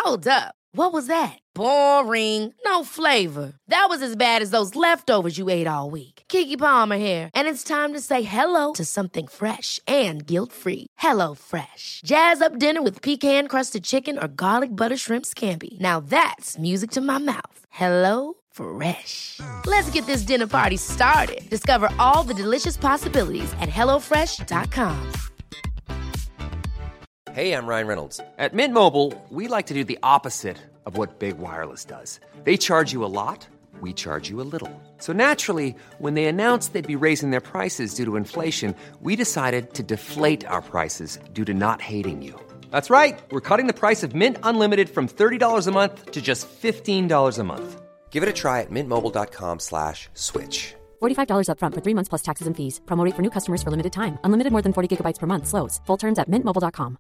Hold up. What was that? Boring. No flavor. That was as bad as those leftovers you ate all week. Keke Palmer here, and it's time to say hello to something fresh and guilt-free. Hello Fresh. Jazz up dinner with pecan-crusted chicken or garlic butter shrimp scampi. Now that's music to my mouth. Hello Fresh. Let's get this dinner party started. Discover all the delicious possibilities at hellofresh.com. Hey, I'm Ryan Reynolds. At Mint Mobile, we like to do the opposite of what Big Wireless does. They charge you a lot, we charge you a little. So naturally, when they announced they'd be raising their prices due to inflation, we decided to deflate our prices due to not hating you. That's right. We're cutting the price of Mint Unlimited from $30 a month to just $15 a month. Give it a try at mintmobile.com/switch. $45 up front for 3 months plus taxes and fees. Promo rate for new customers for limited time. Unlimited more than 40 gigabytes per month. Slows full terms at mintmobile.com.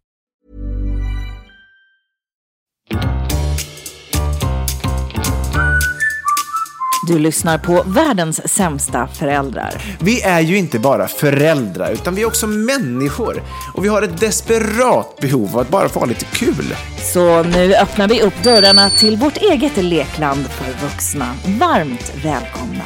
Du lyssnar på världens sämsta föräldrar. Vi är ju inte bara föräldrar, utan vi är också människor. Och vi har ett desperat behov av att bara få ha lite kul. Så nu öppnar vi upp dörrarna till vårt eget lekland för vuxna. Varmt välkomna.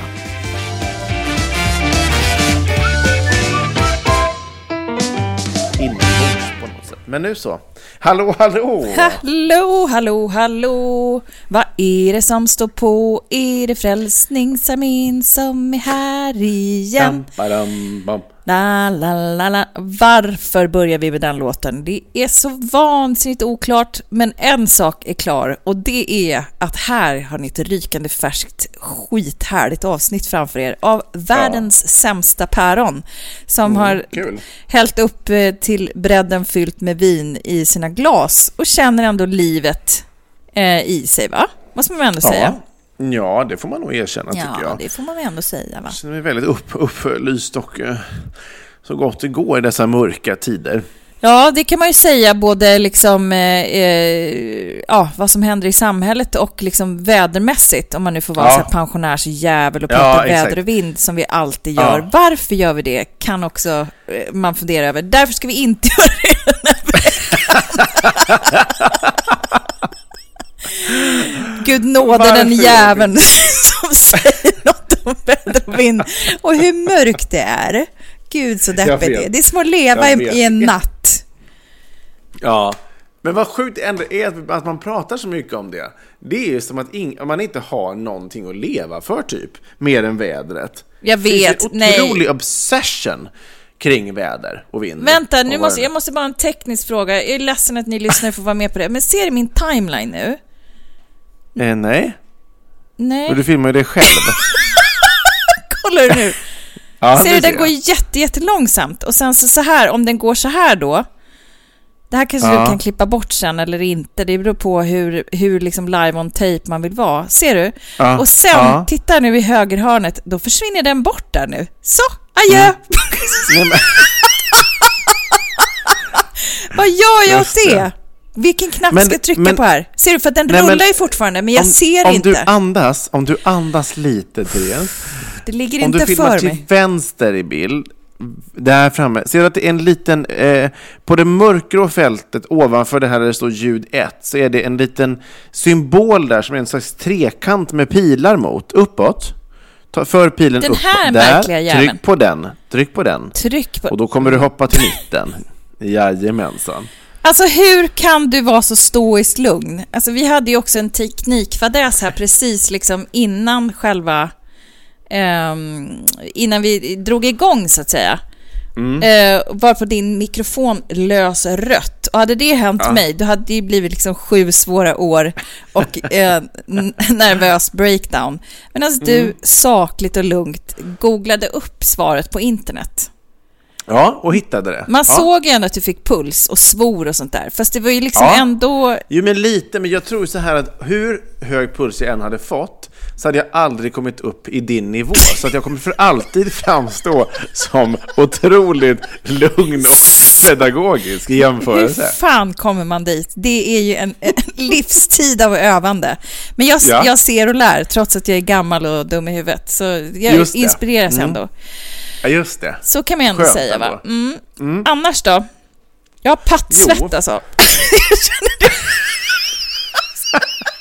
På något sätt. Men nu så. Hallå, hallå! Hallå, hallå, hallå! Vad är det som står på? Är det Frälsningsarmén som är här igen? La, la, la, la. Varför börjar vi med den låten? Det är så vansinnigt oklart, men en sak är klar, och det är att här har ni ett rykande färskt skithärligt avsnitt framför er av världens sämsta päron som har hällt upp till bredden fyllt med vin i sina glas och känner ändå livet i sig, va? Måste man ändå säga. Ja, det får man nog erkänna, tycker jag. Ja, det får man ändå säga, va? Jag känner mig väldigt upplyst och så gott det går i dessa mörka tider. Ja, det kan man ju säga, både liksom, vad som händer i samhället och liksom vädermässigt, om man nu får vara så här pensionärsjävel och prata väder och vind som vi alltid gör. Ja. Varför gör vi det? Kan också man fundera över. Därför ska vi inte göra det den här veckan. Gud nåde den jäveln som säger något om väder och vind och hur mörkt det är. Gud så deppigt det är. Det är som att leva i en natt. Ja, men vad sjukt ändå är att man pratar så mycket om det. Det är ju som att man inte har någonting att leva för typ, mer än vädret. Jag vet, det är en otrolig obsession kring väder och vind. Vänta, nu jag måste bara en teknisk fråga. Jag är ledsen att ni lyssnar får vara med på det. Men ser du min timeline nu? Nej. Och du filmar ju dig själv. Kollar du nu? Ser du, den går jättelångsamt. Och sen så här, om den går så här då. Det här kanske du kan klippa bort sen eller inte. Det beror på hur liksom live on tape man vill vara. Ser du? Och sen, titta nu i högerhörnet. Då försvinner den bort där nu. Så, adjö! Vad gör jag åt det? Vilken knapp ska jag trycka på här? Ser du, för att den rullar ju fortfarande, men jag ser inte. Om du andas lite, Therese. Det ligger inte för mig. Om du filmar till vänster i bild, där framme, ser du att det är en liten, på det mörkgrå fältet ovanför det här där det står ljud 1, så är det en liten symbol där som är en slags trekant med pilar mot, uppåt. För pilen den uppåt. Här märkliga jäveln. Tryck på den. Och då kommer du hoppa till mitten. Jajamensan. Alltså hur kan du vara så stoiskt lugn? Alltså vi hade ju också en teknikfadäs här precis liksom innan själva innan vi drog igång så att säga. Varför din mikrofon lös rött. Och hade det hänt mig, då hade det blivit liksom 7 svåra år och nervös breakdown. Men alltså du sakligt och lugnt googlade upp svaret på internet. Ja, och hittade det. Man såg ju ändå att du fick puls och svor och sånt där. Fast det var ju liksom ändå... Jo, men lite. Men jag tror så här att hur hög puls jag än hade fått så hade jag aldrig kommit upp i din nivå. Så att jag kommer för alltid framstå som otroligt lugn och pedagogisk i jämförelse. Hur fan kommer man dit? Det är ju en livstid av övande. Men jag ser och lär, trots att jag är gammal och dum i huvudet. Så jag inspireras ändå. Ja, just det. Så kan man ändå säga, va? Annars då? Jag har pattsvett, alltså.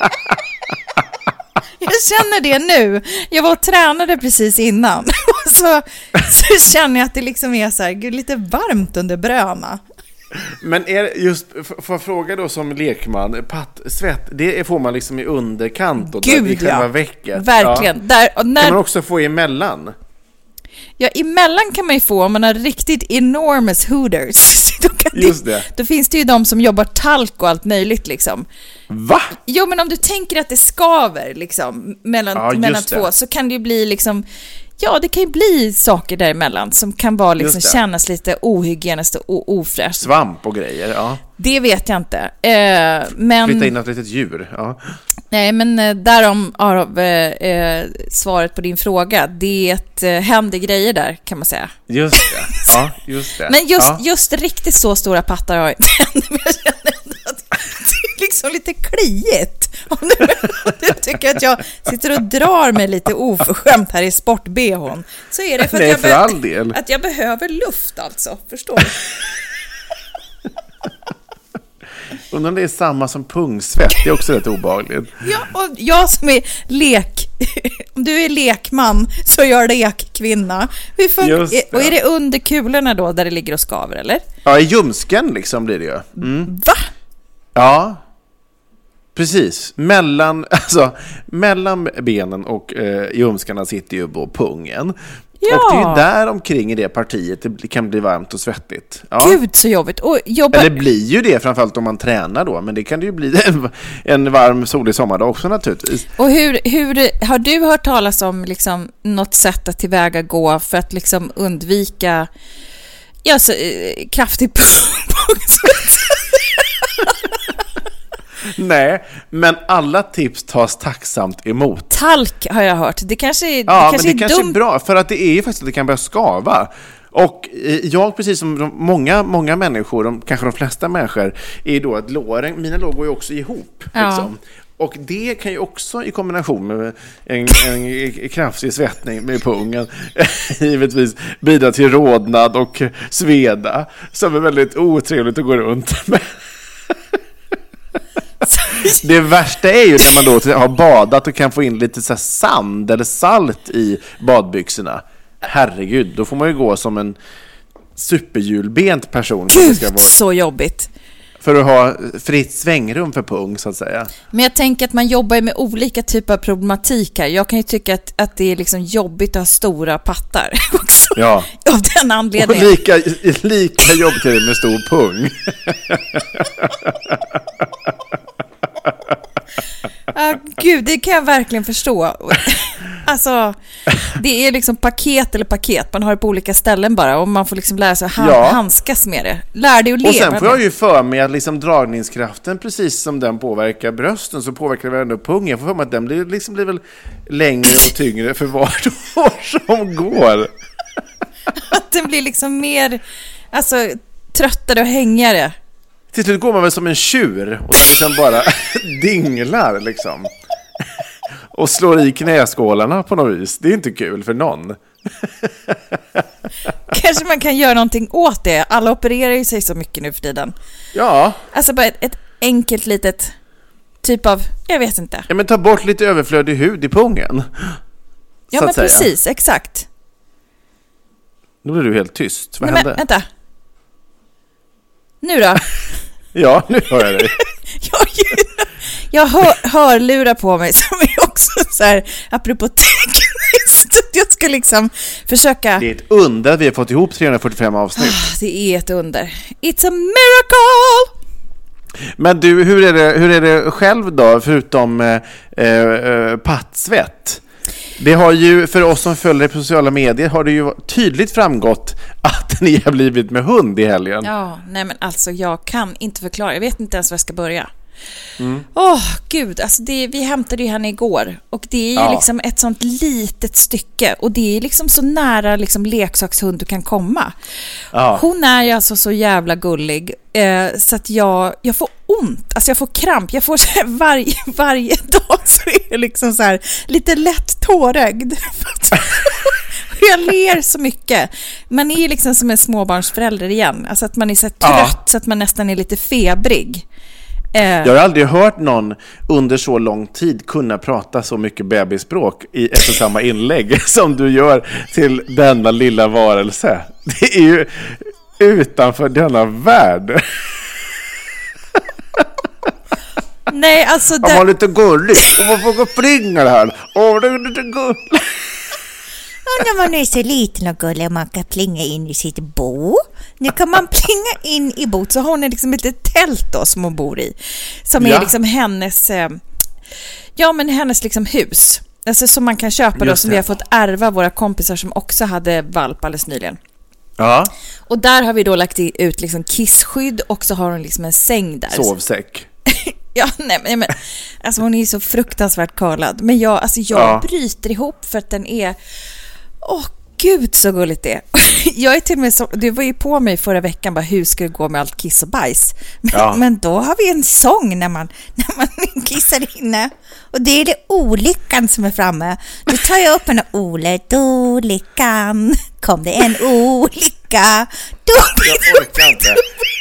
Jag känner det nu. Jag var och tränade precis innan. så känner jag att det liksom är så här, gud, lite varmt under bröna. Men är just, får jag fråga då som lekman, pattsvett, det får man liksom i underkant och gud, i själva vecket. Verkligen. Ja. Där, när... Kan man också få emellan? Ja, emellan kan man ju få om man har riktigt enormous hooters. Just det. Då finns det ju de som jobbar talk och allt möjligt liksom. Va? Jo, men om du tänker att det skaver liksom mellan två, så kan det ju bli liksom, ja, det kan ju bli saker däremellan som kan vara liksom, kännas lite ohygieniskt och ofräscht. Svamp och grejer, ja. Det vet jag inte. Men flytta in ett litet djur, ja. Nej, men därom svaret på din fråga. Det händer grejer där, kan man säga. Just det, ja, just det. Men just riktigt så stora pattar har jag inte än. Men jag känner ändå att det är liksom lite kliigt. Om du tycker att jag sitter och drar mig lite oförskämt här i sport-BH:n, så är det för att jag behöver luft, alltså. Förstår du? Undrar om det är samma som pungsvett, det är också rätt obehagligt. Ja, och jag som är om du är lekman så gör lekkvinna. Och är det under kulorna då där det ligger och skaver, eller? Ja, i ljumsken liksom blir det ju. Mm. Va? Ja. Precis. Mellan benen och ljumskarna sitter ju på pungen. Ja. Och det är ju där omkring i det partiet det kan bli varmt och svettigt. Ja. Gud, så jobbigt. Eller blir ju det, framförallt om man tränar då. Men det kan det ju bli en varm solig sommardag också naturligtvis. Och hur har du hört talas om liksom något sätt att tillväga gå för att liksom undvika kraftigt pungsvett? Nej, men alla tips tas tacksamt emot. Talk har jag hört. Det kanske är är bra, för att det är ju faktiskt att det kan börja skava. Och jag, precis som många människor, kanske de flesta människor, är då att mina lår går ju också ihop. Ja. Liksom. Och det kan ju också i kombination med en kraftig svettning med pungen givetvis bidra till rodnad och sveda, som är väldigt otrevligt att gå runt med. Det värsta är ju när man då har badat och kan få in lite så här sand eller salt i badbyxorna. Herregud, då får man ju gå som en superhjulbent person. Gud, så jobbigt. För att ha fritt svängrum för pung, så att säga. Men jag tänker att man jobbar med olika typer av problematik här. Jag kan ju tycka att det är liksom jobbigt att ha stora pattar också. Ja. Av den anledningen. Och lika jobbigt är det med stor pung. Gud, det kan jag verkligen förstå. Alltså, det är liksom paket. Man har det på olika ställen bara. Och man får liksom lära sig handskas med det. Lär dig att leva. Och sen får jag ju för mig att liksom dragningskraften, precis som den påverkar brösten, så påverkar den ändå pungen. Jag får för mig att den blir väl längre och tyngre för var år som går. Att den blir liksom mer tröttare och hängigare. Till slut går man väl som en tjur och liksom bara dinglar liksom. Och slår i knäskålarna på något vis. Det är inte kul för någon. Kanske man kan göra någonting åt det. Alla opererar ju sig så mycket nu för tiden. Ja. Alltså bara ett enkelt litet typ av, jag vet inte. Ja, men ta bort lite överflödig hud i pungen. Ja, men precis, exakt. Nu blir du helt tyst. Vad hände? Men vänta. Nu då? Ja, nu hör jag dig. Jag hör lurar på mig som är också så här, apropå tekniskt. Jag ska liksom försöka. Det är ett under att vi har fått ihop 345 avsnitt. Det är ett under. It's a miracle! Men du, hur är det själv då, förutom pattsvett? Det har ju, för oss som följer på sociala medier, har det ju tydligt framgått att ni har blivit med hund i helgen. Ja, nej men alltså jag kan inte förklara. Jag vet inte ens var jag ska börja. Gud, alltså vi hämtade ju henne igår. Och det är ju liksom ett sånt litet stycke. Och det är liksom så nära liksom leksakshund du kan komma. Hon är ju alltså så jävla gullig. Så att jag får ont. Alltså jag får kramp. Jag får så här, varje dag så är jag liksom så här lite lätt tårögd. Jag ler så mycket. Man är ju liksom som en småbarnsförälder igen. Alltså att man är så här trött så att man nästan är lite febrig. Jag har aldrig hört någon under så lång tid kunna prata så mycket bebisspråk i ett och samma inlägg som du gör till denna lilla varelse. Det är ju utanför denna värld. Nej, alltså det var lite gulligt. Och man får gå springa här. Det är lite gulligt. När man är så liten och gullig man kan plinga in i sitt bo. Nu kan man plinga in i bot. Så har hon liksom ett tält då som hon bor i. Som är liksom hennes hennes liksom hus. Alltså som man kan köpa då, som vi har fått ärva våra kompisar som också hade valp alldeles nyligen. Ja. Och där har vi då lagt ut liksom kissskydd och så har hon liksom en säng där. Sovsäck. Ja, nej men alltså hon är ju så fruktansvärt kalad. Men jag bryter ihop för att den är... Gud så gulligt det är. Jag är till och med så, du var ju på mig förra veckan bara, hur ska det gå med allt kiss och bajs? Men då har vi en sång när man kissar inne. Och det är det olyckan som är framme. Då tar jag upp en olyckan. Kom det en olycka? Jag orkar inte.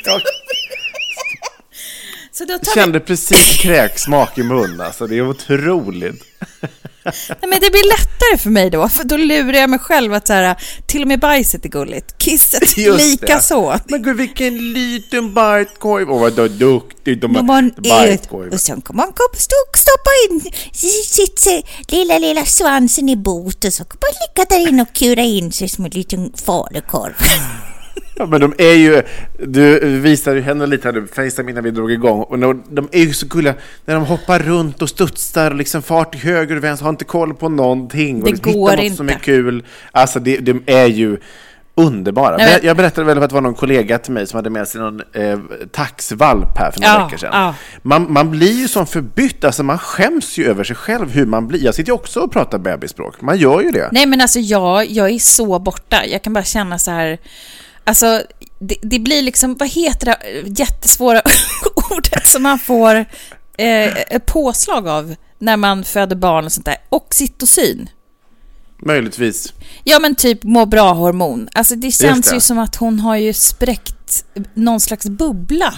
Så då kände precis kräksmak i munnen. Alltså, det är otroligt. Nej, men det blir lättare för mig då. För då lurar jag mig själv att så här, till och med bajset är gulligt. Kisset lika så. Men gud, vilken liten bajtkorv. Vad duktig de bajtkorv. Och sen kan man stoppa in sitt lilla svansen i bot. Och så kan man ligga där inne och kura in sig som en liten falukorv. Ja, men de är ju, du visade ju henne lite här FaceTime innan vi drog igång, och de är ju så gulliga när de hoppar runt och studsar och liksom fart till höger och vänster, har inte koll på någonting och det går inte. Som är kul. Alltså de är ju underbara. Nej, jag berättade väl att det var någon kollega till mig som hade med sig någon taxvalp här för några veckor sedan. Ja. Man blir ju som förbytt, alltså man skäms ju över sig själv hur man blir. Jag sitter ju också och pratar bebisspråk. Man gör ju det. Nej, men alltså jag är så borta. Jag kan bara känna så här. Alltså, det blir liksom, vad heter det jättesvåra ordet som man får påslag av när man föder barn och sånt där. Oxytocin. Möjligtvis. Ja, men typ må bra hormon. Alltså det känns ju som att hon har ju spräckt någon slags bubbla.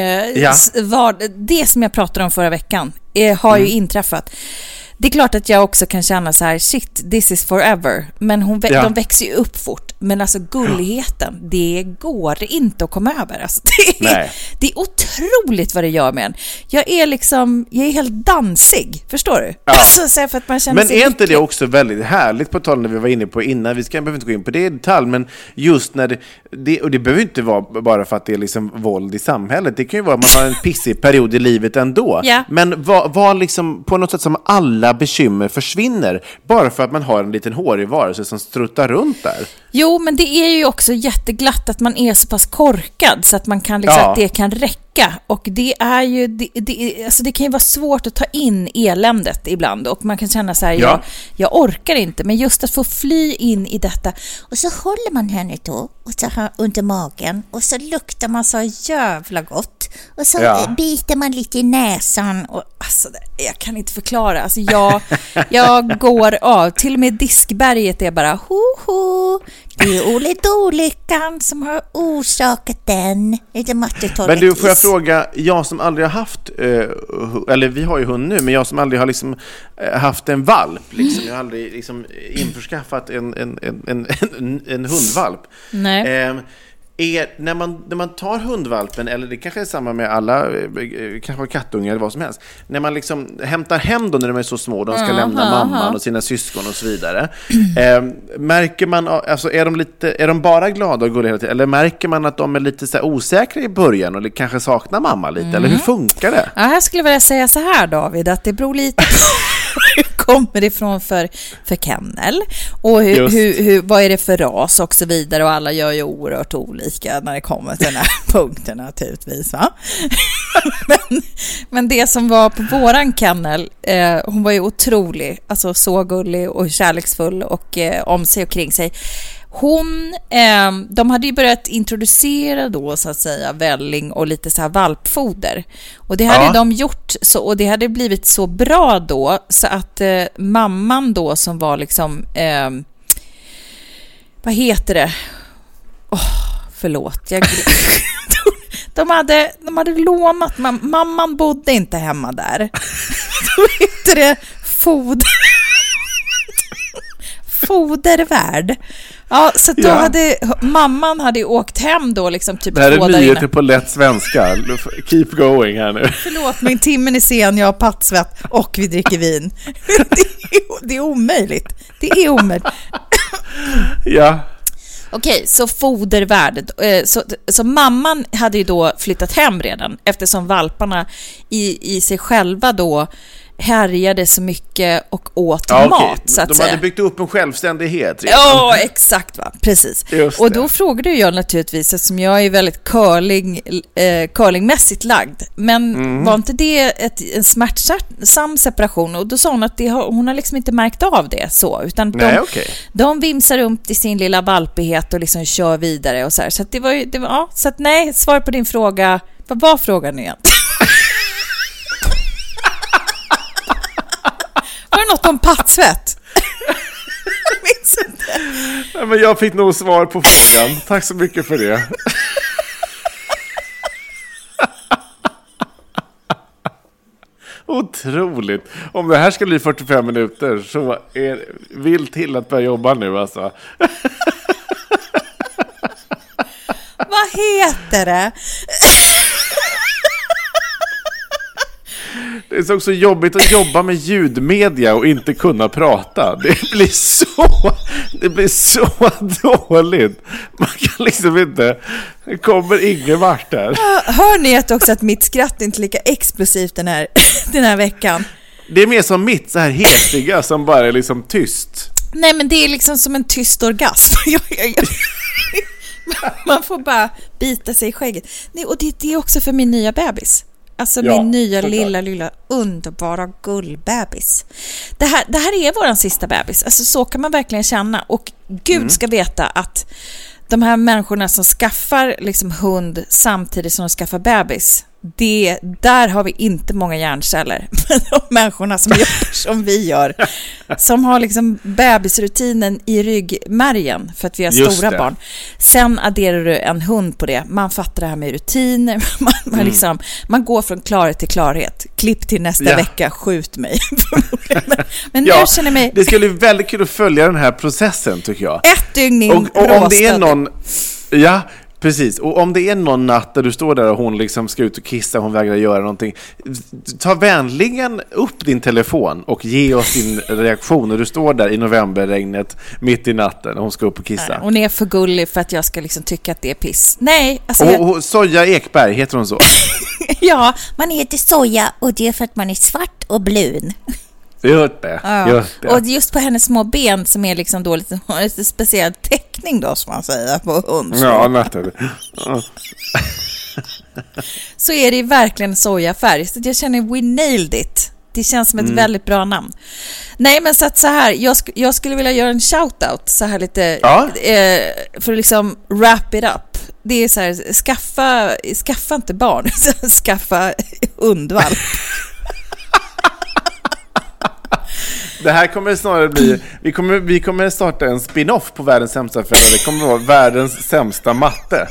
Det som jag pratade om förra veckan har ju inträffat. Det är klart att jag också kan känna så här, shit, this is forever. Men de växer ju upp fort. Men alltså gulligheten, det går inte att komma över. Alltså, det är otroligt vad det gör med en. Jag är helt dansig, förstår du? Ja. Alltså, så för att man känner men är inte det också väldigt härligt, på tal när vi var inne på innan, behöver inte gå in på det i detalj, men just när och det behöver inte vara bara för att det är liksom våld i samhället. Det kan ju vara att man har en pissig period i livet ändå. Ja. Men var liksom på något sätt som alla bekymmer försvinner bara för att man har en liten hårig varelse som struttar runt där. Jo, men det är ju också jätteglatt att man är så pass korkad så att man kan liksom, att det kan räcka. Och det är ju alltså det kan ju vara svårt att ta in eländet ibland, och man kan känna så här, jag orkar inte, men just att få fly in i detta. Och så håller man henne då och så här under magen, och så luktar man så jävla gott, och så biter man lite i näsan, och alltså jag kan inte förklara. Alltså jag går av, till och med diskberget är bara det är olyckan som har orsakat den. Men du, får jag fråga, jag som aldrig har haft eller vi har ju hund nu, men jag som aldrig har liksom haft en valp liksom, jag har aldrig liksom införskaffat en hundvalp. Nej. När man tar hundvalpen, eller det kanske är samma med alla, kanske kattungar eller vad som helst, när man liksom hämtar hem dem när de är så små, de ska lämna mamman och sina syskon och så vidare, märker man, alltså är de bara glada och gulliga, eller märker man att de är lite så här osäkra i början och kanske saknar mamma lite, eller hur funkar det? Ja, jag skulle vilja säga så här, David, att det beror lite hur kommer det ifrån för kennel, och vad är det för ras och så vidare, och alla gör ju oerhört olika när det kommer till den här punkten naturligtvis, va? men det som var på våran kennel, hon var ju otrolig, alltså så gullig och kärleksfull och om sig och kring sig. De hade ju börjat introducera då så att säga välling och lite så här valpfoder, och det hade de gjort så, och det hade blivit så bra då så att mamman då som var liksom vad heter det? Förlåt, De hade lånat, mamman bodde inte hemma där. Då heter det fodervärd. Ja, så då mamman hade åkt hem då liksom typ 2 dagar innan. Det här är nyheter på lätt svenska. Keep going här nu. Förlåt, men timmen är sen, jag har pattsvett och vi dricker vin. Det är omöjligt. Det är omöjligt. Ja. Okej, så fodervärd. Så mamman hade ju då flyttat hem redan eftersom valparna i sig själva då härjade så mycket och åt mat, så att de säga. hade byggt upp en självständighet redan. Ja, exakt va, precis. Och då frågade jag naturligtvis, eftersom jag är väldigt curlingmässigt lagd, men var inte det en smärtsam separation? Och då sa hon att hon har liksom inte märkt av det så, utan de vimsar runt i sin lilla valpighet och liksom kör vidare och så här. Så att det var så att nej, svar på din fråga. Vad var frågan igen? Var det något om pattsvett? Jag minns inte. Nej, men jag fick nog svar på frågan. Tack så mycket för det. Otroligt. Om det här ska bli 45 minuter så vill till att börja jobba nu alltså. Vad heter det? Det är också jobbigt att jobba med ljudmedia och inte kunna prata. Det blir så dåligt. Man kan liksom inte. Det kommer ingen vart där. Hör ni att mitt skratt är inte lika explosivt den här veckan? Det är mer som mitt så här hetiga som bara är liksom tyst. Nej, men det är liksom som en tyst orgasm. Man får bara bita sig i skägget. Nej, och det är också för min nya bebis. Alltså min nya lilla underbara gullbebis. Det här är våran sista bebis. Alltså så kan man verkligen känna. Och Gud ska veta att de här människorna som skaffar liksom hund samtidigt som de skaffar bebis, där har vi inte många hjärnceller. Men de människorna som gör som vi gör, som har liksom bebisrutinen i ryggmärgen för att vi har stora barn. Sen adderar du en hund på det. Man fattar det här med rutiner. Man går från klarhet till klarhet. Klipp till nästa vecka, skjut mig. Men nu känner jag mig... Det skulle bli väldigt kul att följa den här processen, tycker jag. 1 dygn in och om det är någon... Ja, precis. Och om det är någon natt där du står där och hon liksom ska ut och kissa, hon vägrar göra någonting, ta vänligen upp din telefon och ge oss din reaktion. Och du står där i novemberregnet mitt i natten och hon ska upp och kissa. Hon är för gullig för att jag ska liksom tycka att det är piss. Nej, alltså och Soja Ekberg, heter hon så? Ja, man heter Soja och det är för att man är svart och blun. Just det. Och just på hennes små ben som är liksom då lite speciell teckning då, som man säger på hund. Ja, naturligt. Så är det verkligen sojafärg. Så jag känner we nailed it. Det känns som ett väldigt bra namn. Nej, men så här, jag skulle vilja göra en shoutout så här lite för att liksom wrap it up. Det är så här, skaffa inte barn, skaffa hundvalp. Det här kommer snarare bli... Vi kommer starta en spin-off på världens sämsta föräldrar. Det kommer vara världens sämsta matte.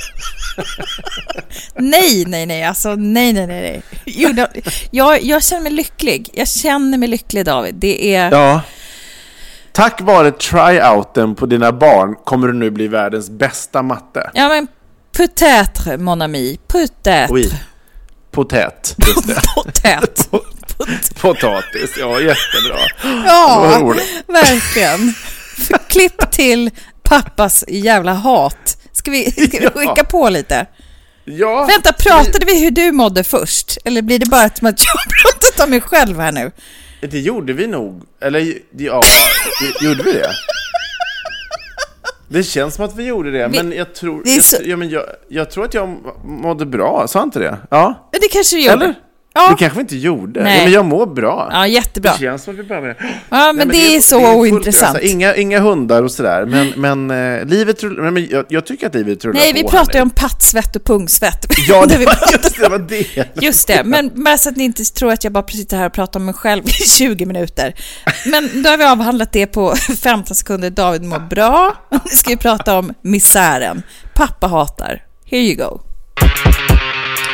Nej. Alltså, nej. Jag känner mig lycklig. Jag känner mig lycklig, David. Det är... Ja. Tack vare tryouten på dina barn kommer du nu bli världens bästa matte. Ja, men peut-être, mon ami. Peut-être. Oui. Potät, just det. Potät. Potatis, ja, jättebra. Ja, verkligen. Klipp till pappas jävla hat. Ska vi skicka på lite? Ja. Vänta, pratade vi hur du mådde först? Eller blir det bara att jag pratat om mig själv här nu? Det gjorde vi nog. Eller, ja, gjorde vi det? Det känns som att vi gjorde det, men jag tror jag tror att jag mådde bra, sa inte det? Ja. Det kanske du gjorde. Eller? Ja. Det kanske vi inte gjorde. Ja, men jag mår bra. Ja, jättebra. Det känns som att vi börjar med det. Ja, men det är så ointressant. Inga hundar och sådär. Men livet rullar. Men jag tycker att livet rullar. Nej, vi pratar ju om pattsvett och pungsvett. Ja, det var det. Just det. Men bara så att ni inte tror att jag bara sitter här och pratar om mig själv i 20 minuter. Men då har vi avhandlat det på 15 sekunder. David mår bra. Nu ska vi prata om misären. Pappa hatar. Here you go.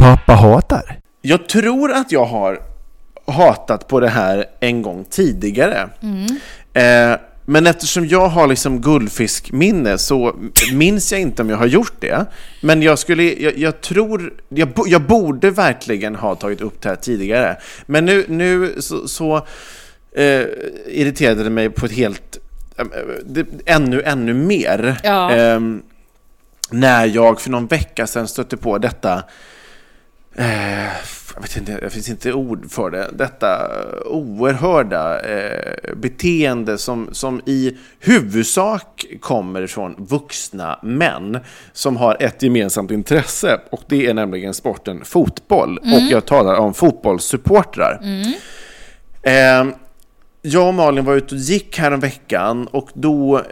pappa hatar? Jag tror att jag har hatat på det här en gång tidigare. Men eftersom jag har liksom guldfiskminne så minns jag inte om jag har gjort det. Men jag tror jag borde verkligen ha tagit upp det här tidigare. Men nu så irriterade det mig på ett helt ännu mer. Ja. När jag för någon vecka sedan stötte på detta jag vet inte, det finns inte ord för det. Detta oerhörda beteende som i huvudsak kommer från vuxna män som har ett gemensamt intresse, och det är nämligen sporten fotboll. Och jag talar om fotbollssupportrar. Jag och Malin var ute och gick här en veckan, och då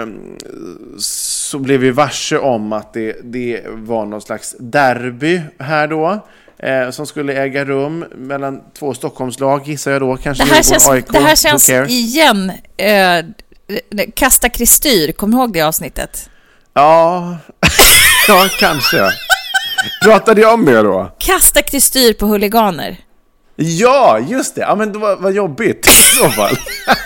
så blev vi varse om att det var någon slags derby här då. Som skulle äga rum mellan två Stockholmslag, gissar jag då. Kanske det här känns igen Kasta Kristyr, kommer du ihåg det avsnittet? Ja, ja kanske. Pratade jag om det då? Kasta Kristyr på huliganer. Ja, just det. Ja, men det var jobbigt i så fall.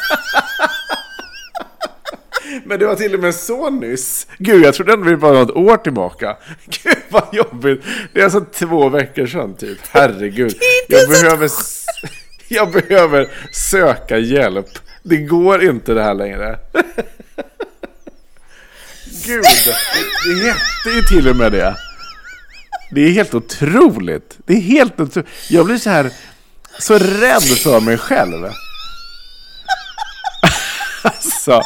Men det var till och med så nyss. Gud, jag trodde ändå vi var något år tillbaka. Gud, vad jobbigt. Det är alltså 2 veckor sedan typ. Herregud. Jag behöver söka hjälp. Det går inte det här längre. Gud, det hette ju till och med det. Det är helt otroligt. Det är helt otroligt. Jag blir så rädd för mig själv. Alltså.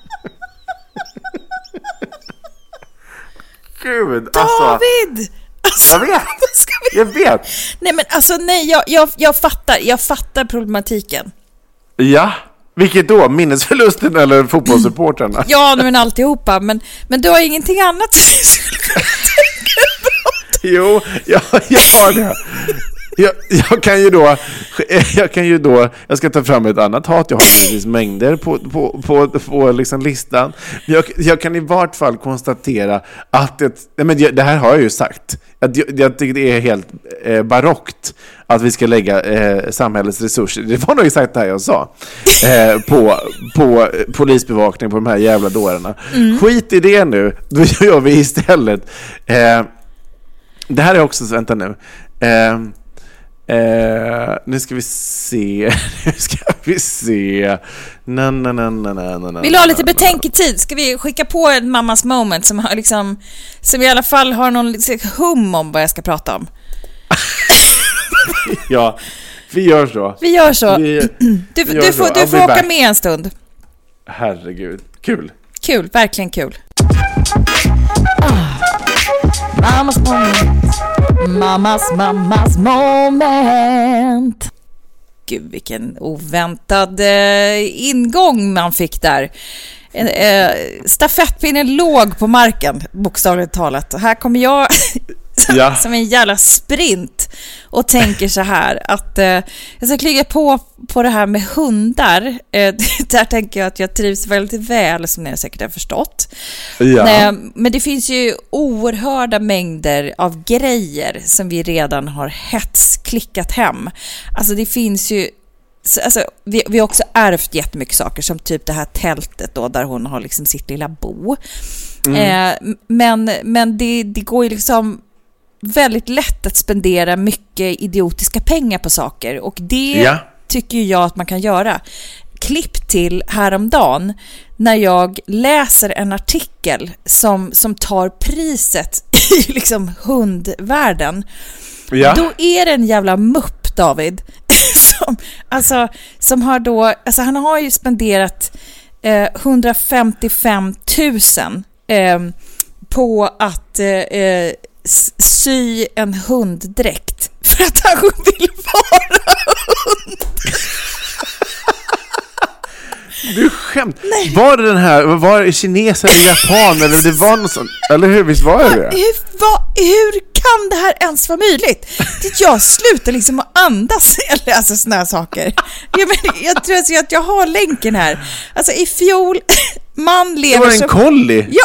Gud, alltså. David! Alltså, jag vet. Nej, men alltså nej, jag fattar problematiken. Ja, vilket då? Minnesförlusten eller fotbollssupporterna? Ja, men alltihopa. Men du har ingenting annat som du skulle kunna tänka på? Jo, jag har det. Jag kan ju då jag ska ta fram ett annat hat. Jag har givetvis mängder på liksom listan. Jag kan i vart fall konstatera att det här har jag ju sagt. Jag tycker det är helt barockt att vi ska lägga samhällets resurser. Det var nog exakt det här jag sa. På polisbevakning på de här jävla dårarna. Skit i det nu. Då gör vi istället. Det här är också, vänta nu. Nu ska vi se. Vill du ha lite betänketid? Ska vi skicka på en mammas moment som har liksom, som i alla fall har någon hum om vad jag ska prata om? Ja, vi gör så. Du får åka med en stund. Herregud, kul, verkligen kul. Mammas moment. Gud, vilken oväntad ingång man fick där. Stafettpinnen låg på marken, bokstavligt talat. Här kommer jag som en jävla sprint och tänker så här att jag ska kliga på det här med hundar. Där tänker jag att jag trivs väldigt väl, som ni säkert har förstått. Ja. Men det finns ju oerhörda mängder av grejer som vi redan har hetsklickat hem. Alltså det finns ju, alltså, vi har också ärvt jättemycket saker, som typ det här tältet då, där hon har liksom sitt lilla bo. Men det går ju liksom väldigt lätt att spendera mycket idiotiska pengar på saker, och det tycker jag att man kan göra. Klipp till häromdagen när jag läser en artikel som tar priset i liksom hundvärlden. Då är det en jävla mupp, David, som har då, alltså han har ju spenderat 155 000 på att sy en hunddräkt för att han vill vara hund. Du skämt. Nej. Var det den här, var det kines eller japan eller det var något sånt, eller hur, visst var det? Hur kan det här ens vara möjligt? Jag slutar liksom att andas när jag läser såna här saker. Jag tror att jag har länken här. Alltså i fjol, man lever som... Det var en collie. Ja,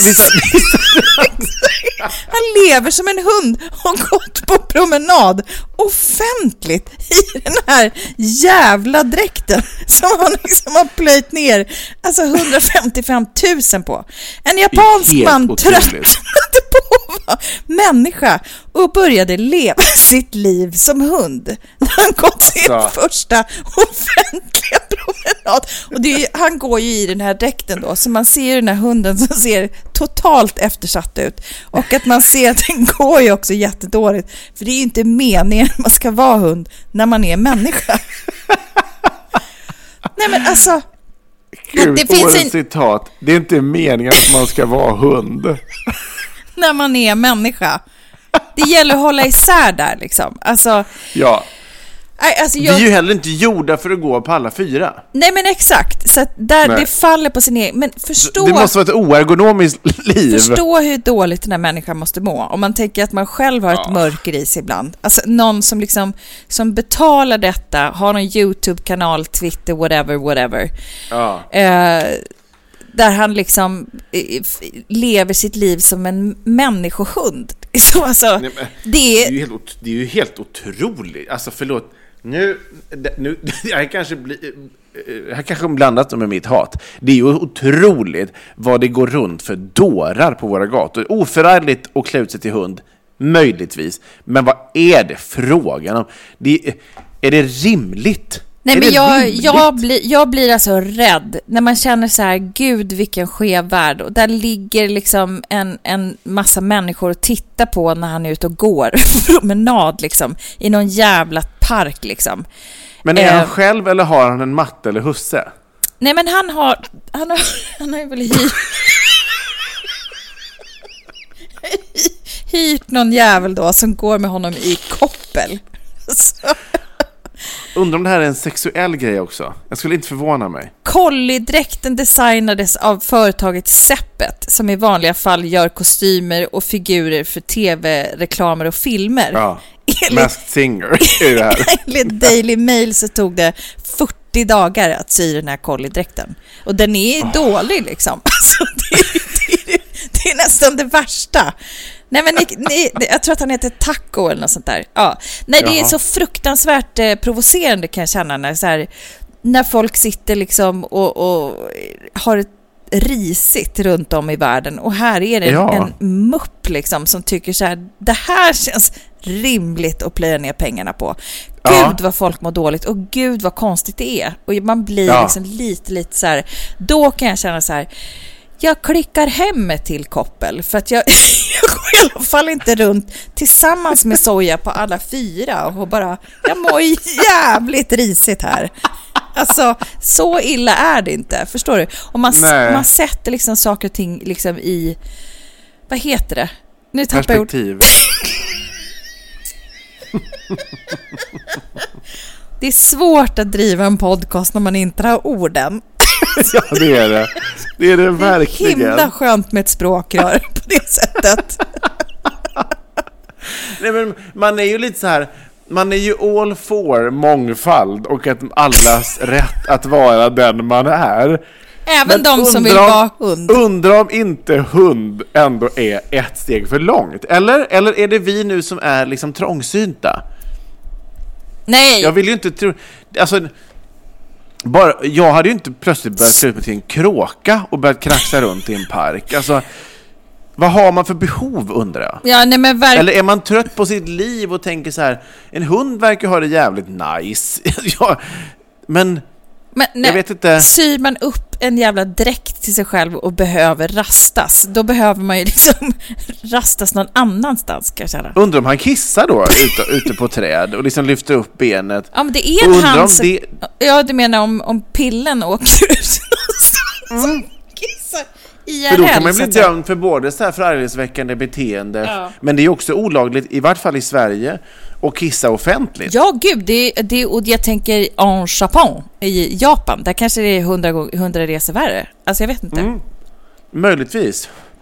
han lever som en hund och gått på promenad offentligt i den här jävla dräkten som han liksom har plöjt ner alltså 155 000 på. En japansk man tröttnade på att vara människa och började leva sitt liv som hund. Han gått sin första offentliga promenad. Och han går ju i den här dräkten då, så man ser den här hunden som ser totalt eftersatt ut. Och att man ser att den går ju också jättedåligt. För det är ju inte meningen att man ska vara hund när man är människa. Nej men alltså... Gud, det finns en citat. Det är inte meningen att man ska vara hund. När man är människa. Det gäller att hålla isär där liksom. Alltså... Ja. Alltså vi är ju heller inte gjorda för att gå på alla fyra. Nej men exakt. Så att där det faller på sin egen. Men förstå... Det måste vara ett oergonomiskt liv. Förstå hur dåligt den här människan måste må. Om man tänker att man själv har ett mörker i sig ibland. Alltså någon som liksom som betalar detta, har en YouTube-kanal, Twitter, whatever. Ja. Där han liksom lever sitt liv som en människohund. Så alltså, nej, det är ju helt otroligt. Alltså förlåt. Nu jag kanske blandat med mitt hat. Det är ju otroligt vad det går runt för dårar på våra gator. Oförargligt att klä ut sig till hund, möjligtvis. Men vad är det frågan om? Är det rimligt? Nej, men jag blir alltså rädd när man känner så här, gud vilken skev värld, och där ligger liksom en massa människor och tittar på när han är ute och går promenad liksom i någon jävla park liksom. Men är han själv eller har han en matte eller husse? Nej men han har väl hyrt någon jävel då som går med honom i koppel. Så. Undrar om det här är en sexuell grej också. Jag skulle inte förvåna mig. Collie-dräkten designades av företaget Zeppet, som i vanliga fall gör kostymer och figurer för tv-reklamer och filmer. Ja, Masked Singer är det här. Enligt Daily Mail så tog det 40 dagar att sy den här Collie-dräkten. Och den är dålig liksom. Alltså, det är nästan det värsta. Nej men jag tror att han heter Taco eller något sånt där. Ja. Nej, det är så fruktansvärt provocerande kan jag känna när folk sitter liksom och har ett risigt runt om i världen, och här är det en mupp liksom som tycker så här, det här känns rimligt att plöja ner pengarna på. Gud vad folk mår dåligt, och gud vad konstigt det är. Och man blir liksom lite så här, då kan jag känna så här, jag klickar hem till koppel, för att jag går i alla fall inte runt tillsammans med soja på alla fyra och bara, jag mår jävligt risigt här. Alltså, så illa är det inte, förstår du? Och man sätter liksom saker och ting liksom i, vad heter det? Nu tappar jag perspektiv. Det är svårt att driva en podcast när man inte har orden. Ja, det är det. Det är det verkligen. Det är himla skönt med ett språkrör på det sättet. Nej, men man är ju lite så här, man är ju all for mångfald och att allas rätt att vara den man är. Även de som vill vara hund. Undrar om inte hund ändå är ett steg för långt. Eller är det vi nu som är liksom trångsynta? Nej. Jag vill ju inte tro... Alltså... jag hade ju inte plötsligt börjat klä ut mig till en kråka och börjat kraxa runt i en park. Alltså, vad har man för behov, undrar jag? Ja, nej, men eller är man trött på sitt liv och tänker så här, en hund verkar ha det jävligt nice. Ja, men jag vet inte. Syr man upp en jävla dräkt till sig själv och behöver rastas, då behöver man ju liksom rastas någon annanstans, kan jag känna. Undrar om han kissar då ute på träd och liksom lyfter upp benet. Ja, men det är hans... Ja, du menar om pillen åker ut någonstans. Kissar IRL. För då kan man bli dömd för både så här förargelseväckande beteende, men det är också olagligt, i vart fall i Sverige, och kissa offentligt. Ja, gud, det och jag tänker en Japan, i Japan, där kanske det är 100 resor värre. Alltså jag vet inte. Möjligtvis.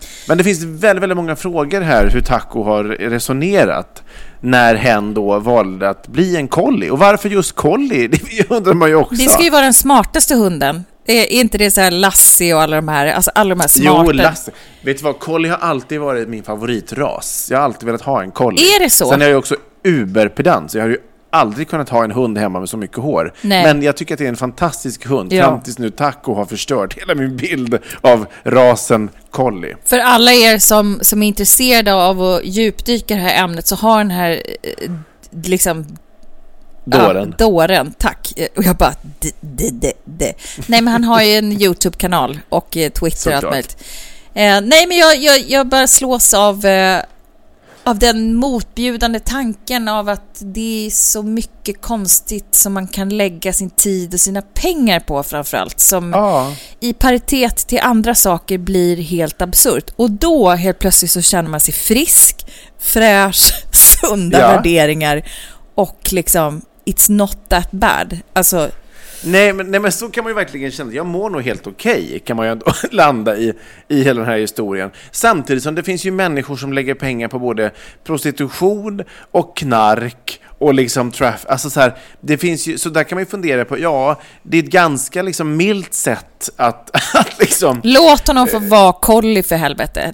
Men det finns väldigt, väldigt många frågor här hur Taco har resonerat när hen då valde att bli en collie. Och varför just collie? Det undrar man ju också. Det ska ju vara den smartaste hunden. Är inte det så här Lassie och alla de här, alltså alla de här smarta? Jo, Lassie. Vet du vad? Collie har alltid varit min favoritras. Jag har alltid velat ha en collie. Är det så? Sen är jag ju också uberpedant, så jag har ju aldrig kunnat ha en hund hemma med så mycket hår. Nej. Men jag tycker att det är en fantastisk hund. Fram tills nu Taco har förstört hela min bild av rasen collie. För alla er som är intresserade av att djupdyka i det här ämnet så har den här liksom dåren, tack. Och jag bara Nej, men han har ju en YouTube-kanal och Twitter och allt möjligt. Nej, men jag bara slås av den motbjudande tanken av att det är så mycket konstigt som man kan lägga sin tid och sina pengar på, framförallt, som i paritet till andra saker blir helt absurt. Och då helt plötsligt så känner man sig frisk, fräsch, sunda värderingar och liksom it's not that bad. Alltså Nej, men så kan man ju verkligen känna. Jag mår nog helt okej, kan man ju ändå landa i hela den här historien. Samtidigt som det finns ju människor som lägger pengar på både prostitution och knark och liksom alltså så här, det finns ju, så där kan man ju fundera på, det är ett ganska liksom milt sätt att liksom... Låt honom få vara collie, för helvete.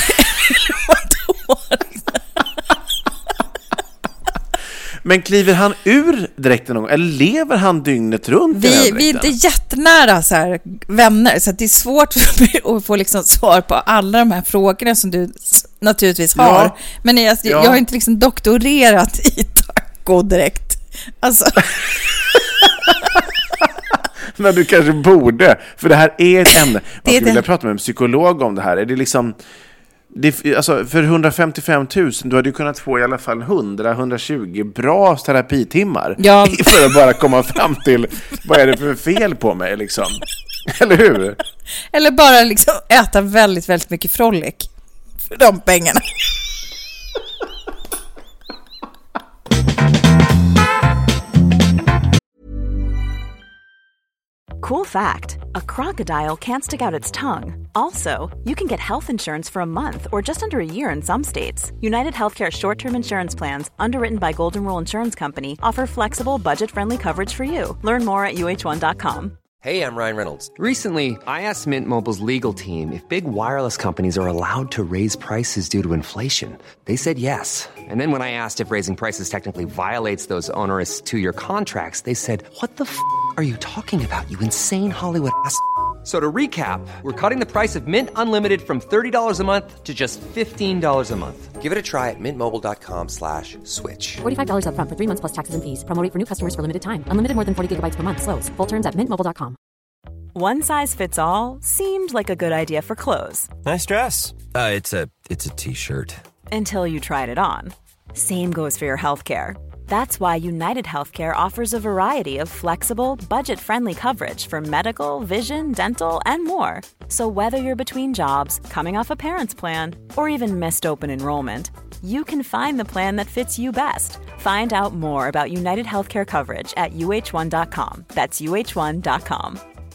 Men kliver han ur direkt någon gång? Eller lever han dygnet runt? Vi är inte jättenära så här vänner, så att det är svårt för mig att få liksom svar på alla de här frågorna som du naturligtvis har. Ja. Men jag har inte liksom doktorerat i Taco direkt. Alltså... Men du kanske borde, för det här är ett ämne. Man skulle vilja prata med en psykolog om det här. Är det liksom... alltså för 155 000 du hade ju kunnat få i alla fall 100-120 bra terapitimmar för att bara komma fram till vad är det för fel på mig liksom. Eller hur? Eller bara liksom äta väldigt, väldigt mycket frolic för de pengarna. Cool fact, a crocodile can't stick out its tongue. Also, you can get health insurance for a month or just under a year in some states. United Healthcare short-term insurance plans, underwritten by Golden Rule Insurance Company, offer flexible, budget-friendly coverage for you. Learn more at uh1.com. Hey, I'm Ryan Reynolds. Recently, I asked Mint Mobile's legal team if big wireless companies are allowed to raise prices due to inflation. They said yes. And then when I asked if raising prices technically violates those onerous 2-year contracts, they said, "What the are you talking about, you insane Hollywood ass?" So to recap, we're cutting the price of Mint Unlimited from $30 a month to just $15 a month. Give it a try at mintmobile.com/switch. $45 up front for 3 months plus taxes and fees. Promo rate for new customers for limited time. Unlimited more than 40 gigabytes per month. Slows full terms at mintmobile.com. One size fits all seemed like a good idea for clothes. Nice dress. It's a t-shirt. Until you tried it on. Same goes for your healthcare. That's why United Healthcare offers a variety of flexible, budget-friendly coverage for medical, vision, dental, and more. So whether you're between jobs, coming off a parent's plan, or even missed open enrollment, you can find the plan that fits you best. Find out more about United Healthcare coverage at uh1.com. That's uh1.com.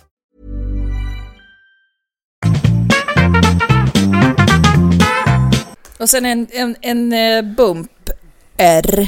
Och sen en bump R.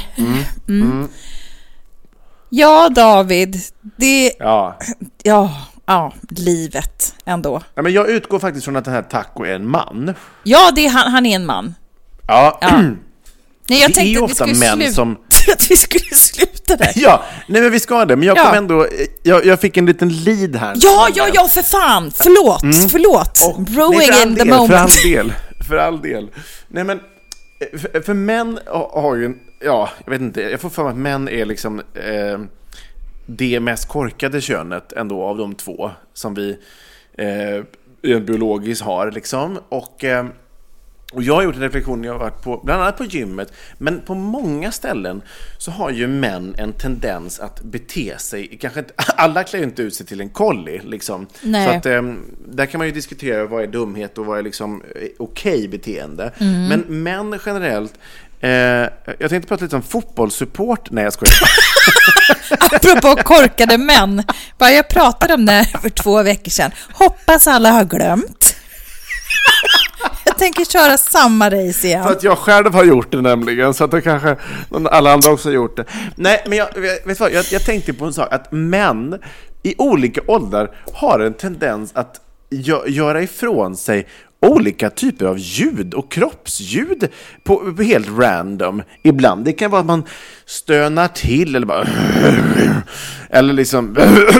Ja, David. Det... Ja, livet ändå. Ja, men jag utgår faktiskt från att den här Taco är en man. Ja, han är en man. Ja. Nej, jag det är ju ofta män som... att vi skulle sluta där. Ja, nej men vi ska det. Men jag kom ändå... Jag fick en liten lead här. Ja, för fan. Förlåt. Brewing in the moment. För all del. Nej, men... För män har ju en... Ja, jag vet inte. Jag får för mig att män är liksom... det mest korkade könet ändå av de två som vi biologiskt har liksom. Och jag har gjort en reflektion, jag har varit på, bland annat på gymmet, men på många ställen så har ju män en tendens att bete sig, kanske inte, alla klär inte ut sig till en collie liksom. Nej. Så att där kan man ju diskutera vad är dumhet och vad är liksom okej beteende. Men män generellt, jag tänkte prata lite om fotbollssupport. Nej, jag skojar. Apropå korkade män, vad jag pratade om det för 2 veckor sedan. Hoppas alla har glömt. Jag tänker köra samma race igen. För att jag själv har gjort det nämligen, så att det kanske alla andra också har gjort det. Nej, men jag tänkte på en sak, att män i olika åldrar har en tendens att göra ifrån sig olika typer av ljud och kroppsljud på helt random ibland. Det kan vara att man stönar till eller bara eller liksom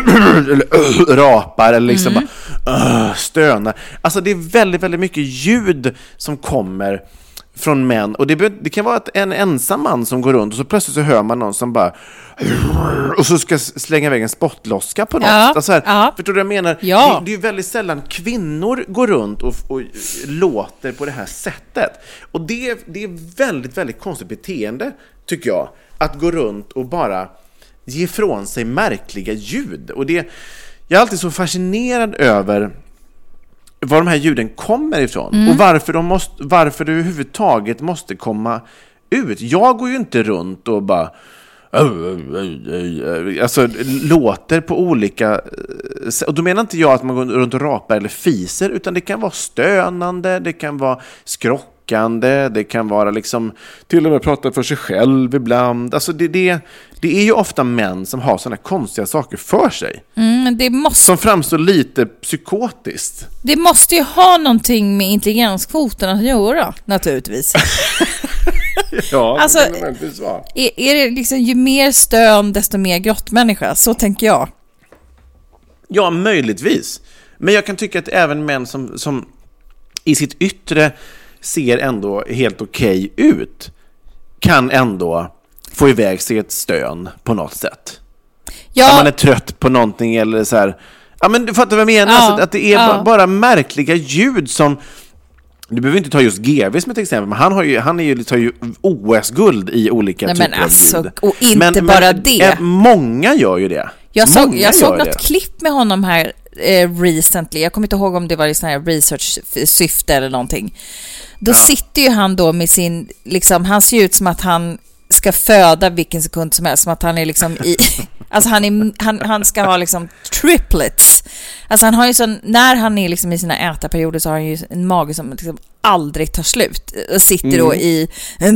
rapar eller liksom bara stönar. Alltså det är väldigt, väldigt mycket ljud som kommer från män, och det kan vara en ensam man som går runt och så plötsligt så hör man någon som bara och så ska slänga iväg en spottloska på något. Alltså här, förstår du vad jag menar? Ja. Det är ju väldigt sällan kvinnor går runt och låter på det här sättet. Och det är väldigt, väldigt konstigt beteende, tycker jag, att gå runt och bara ge ifrån sig märkliga ljud. Och jag är alltid så fascinerad över var de här ljuden kommer ifrån och varför det överhuvudtaget måste komma ut. Jag går ju inte runt och bara alltså låter på olika, och då menar inte jag att man går runt och rapar eller fiser, utan det kan vara stönande, det kan vara skrockande, det kan vara liksom till och med prata för sig själv ibland. Alltså det är ju ofta män som har sådana konstiga saker för sig. Som framstår lite psykotiskt. Det måste ju ha någonting med intelligenskvoten att göra, naturligtvis. Ja, alltså, är det liksom ju mer stön desto mer grottmänniska, så tänker jag. Ja, möjligtvis. Men jag kan tycka att även män som i sitt yttre ser ändå helt okej ut kan ändå få iväg sig ett stön på något sätt. Ja. Om man är trött på någonting eller så här. Ja, men du fattar vad jag menar. Ja. Alltså, att det är bara märkliga ljud som... Du behöver inte ta just GV som ett exempel, men han tar ju OS-guld i olika typer av ljud. Och inte bara det. Många gör ju det. Jag såg något klipp med honom här recently. Jag kommer inte ihåg om det var i sån här research-syfte eller någonting. Då sitter ju han då med sin... Liksom, han ser ut som att han ska föda vilken sekund som helst. Som att han är liksom i... Alltså han ska ha liksom triplets. Alltså han har ju sån, när han är liksom i sina ätarperioder så har han ju en mage som liksom aldrig tar slut. Och sitter då i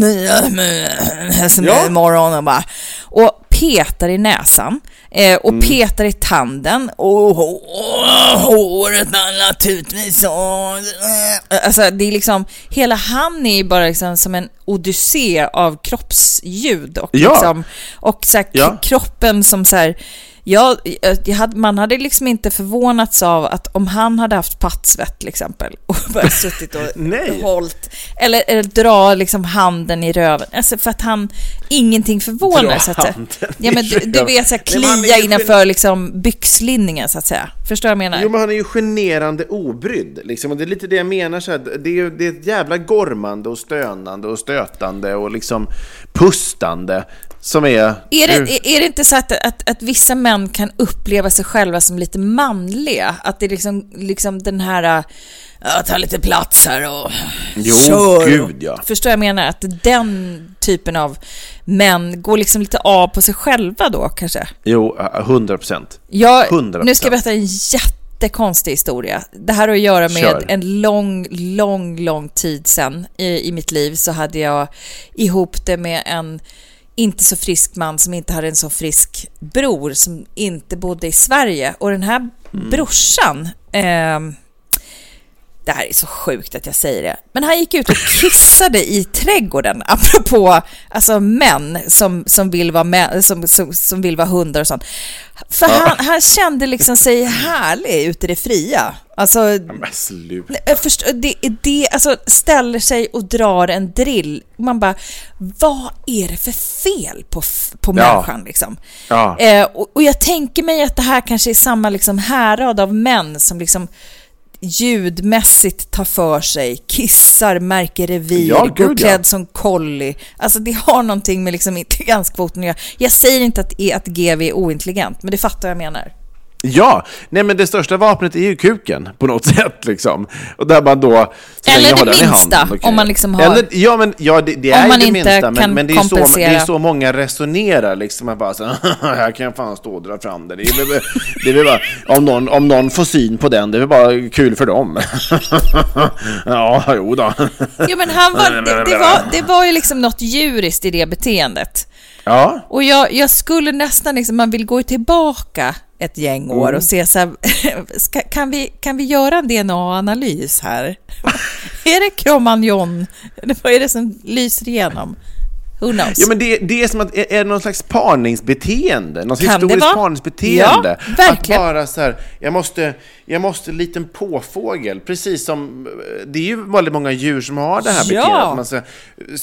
morgon och bara och petar i näsan och petar i tanden och håret naturligtvis. Alltså det är liksom hela han är ju bara liksom som en odyssé av kroppsljud och liksom och så här, kroppen som så här. Man hade liksom inte förvånats av att om han hade haft pattsvett till exempel och bara suttit och hållit eller dra liksom handen i röven, alltså för att han ingenting förvånar så att säga. Ja, men du vet så här, klia innanför liksom byxlinningen så att säga. Förstår jag menar? Jo, men han är ju generande obrydd liksom, och det är lite det jag menar så här, det är ett jävla gormande och stönande och stötande och liksom pustande som är det inte så att vissa män kan uppleva sig själva som lite manliga, att det är liksom den här ta lite plats här och kör. Gud, ja. Förstår jag menar att den typen av män går liksom lite av på sig själva då kanske? Jo, 100%. 100%. Nu ska jag berätta en jättekonstig historia. Det här har att göra med en lång tid sedan i mitt liv, så hade jag ihop det med en inte så frisk man som inte hade en så frisk bror som inte bodde i Sverige. Och den här brorsan, det här är så sjukt att jag säger det, men han gick ut och kissade i trädgården, apropå alltså män som vill vara med, som vill vara hundar och sånt. För han kände liksom sig härlig ute i det fria. Alltså, alltså ställer sig och drar en drill. Man bara, vad är det för fel på människan liksom? Ja. Och jag tänker mig att det här kanske är samma liksom härad av män som liksom ljudmässigt tar för sig, kissar, märker revir, går klädd som collie. Alltså det har någonting med liksom intelligenskvoten att göra. Jag säger inte att GV är ointelligent, men det fattar jag menar. Ja, nej men det största vapnet är ju kuken på något sätt liksom. Och där man då eller det minsta om man liksom har. Eller, det är man det inte minsta, men det är så många resonerar liksom, att bara så här kan jag fan stå och dra fram det. Det är väl bara om någon får syn på den, det är väl bara kul för dem. Ja, jo då. Jo, men det var ju liksom något djuriskt i det beteendet. Ja. Och jag skulle nästan liksom, man vill gå tillbaka ett gäng år och se så här, kan vi göra en DNA-analys här? Är det Cro-Magnon? Vad är det som lyser igenom? Who knows? Ja, men det är som att är det någon slags parningsbeteende, någon historiskt parningsbeteende. Ja, verkligen. Att bara så här, jag måste liten påfågel, precis som det är ju väldigt många djur som har det här beteendet, att man ska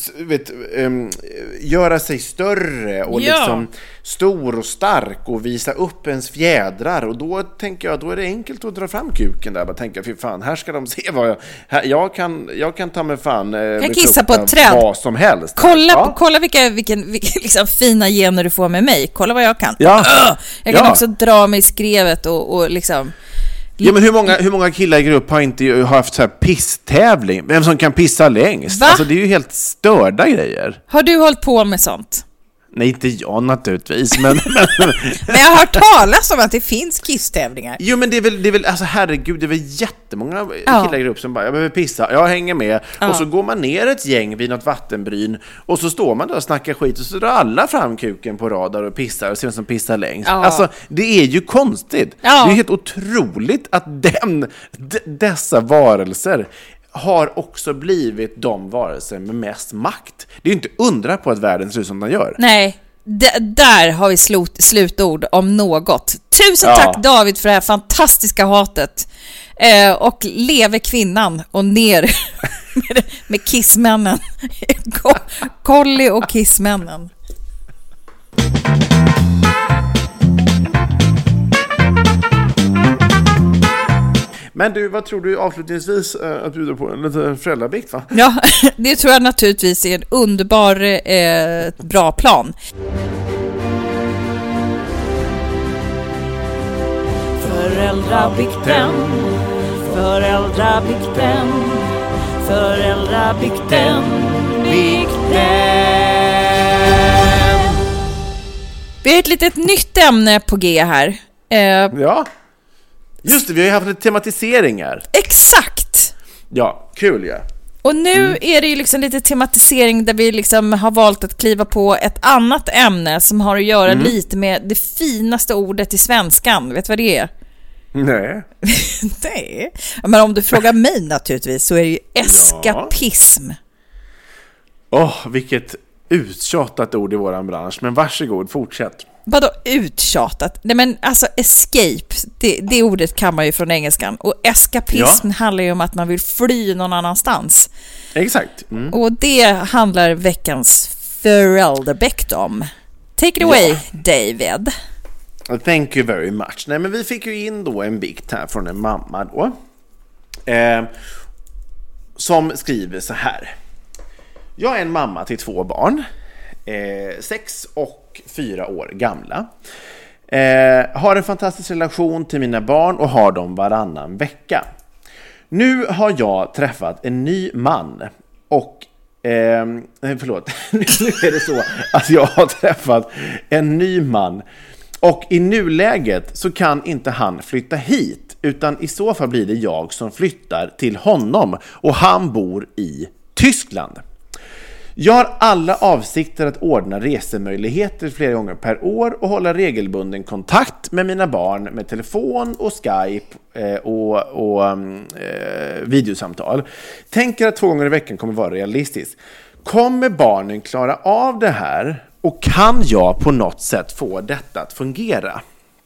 göra sig större och liksom stor och stark och visa upp ens fjädrar, och då tänker jag, då är det enkelt att dra fram kuken där, bara tänka, fy fan, här ska de se vad jag kan ta med fan kan kissa på ett träd, vad som helst. Kolla vilken liksom fina gener du får med mig. Kolla vad jag kan. Ja. Jag kan också dra mig i skrevet och liksom. Ja, men hur många killar i grupp har inte haft så här pisstävling? Vem som kan pissa längst? Va? Alltså det är ju helt störda grejer. Har du hållit på med sånt? Nej, inte jag naturligtvis, men men jag har hört talas om att det finns kisstävlingar. Jo, men det är väl alltså herregud, det är väl jättemånga killar i grupp som bara, jag behöver pissa, jag hänger med. Och så går man ner ett gäng vid något vattenbryn och så står man där och snackar skit och så drar alla fram kuken på radar och pissar och ser vem som pissar längst. Alltså, det är ju konstigt. Det är helt otroligt att dessa varelser har också blivit de varelser med mest makt. Det är ju inte undra på att världen ser ut som den gör. Nej, där har vi slutord om något. Tusen tack David för det här fantastiska hatet. Och leve kvinnan och ner med kissmännen. Collie och kissmännen. Men du, vad tror du avslutningsvis att bjuda på en liten föräldrabikt, va? Ja, det tror jag naturligtvis är en underbar bra plan. Föräldrabikten, föräldrabikten, föräldrabikten, bikten. Vi har ett litet nytt ämne på G här. Ja. Just det, vi har ju haft lite tematiseringar. Exakt! Ja, kul ja. Och nu är det ju liksom lite tematisering där vi liksom har valt att kliva på ett annat ämne som har att göra lite med det finaste ordet i svenskan. Vet du vad det är? Nej. Nej. Men om du frågar mig naturligtvis så är det ju eskapism. Vilket uttjatat ord i våran bransch. Men varsågod, fortsätt. Vadå uttjatat? Nej, men alltså escape, det ordet kan man ju från engelskan. Och eskapism handlar ju om att man vill fly någon annanstans. Exakt. Och det handlar veckans föräldrabikt om. Take it away, David. Thank you very much. Nej, men vi fick ju in då en bikt här från en mamma då. Som skriver så här. Jag är en mamma till 2 barn. 6 och 4 år gamla. Har en fantastisk relation till mina barn och har dem varannan vecka. Nu har jag träffat en ny man och nu är det så att jag har träffat en ny man och i nuläget så kan inte han flytta hit, utan i så fall blir det jag som flyttar till honom och han bor i Tyskland. Jag har alla avsikter att ordna resemöjligheter flera gånger per år och hålla regelbunden kontakt med mina barn med telefon och Skype och videosamtal. Tänker att 2 gånger i veckan kommer vara realistiskt. Kommer barnen klara av det här och kan jag på något sätt få detta att fungera?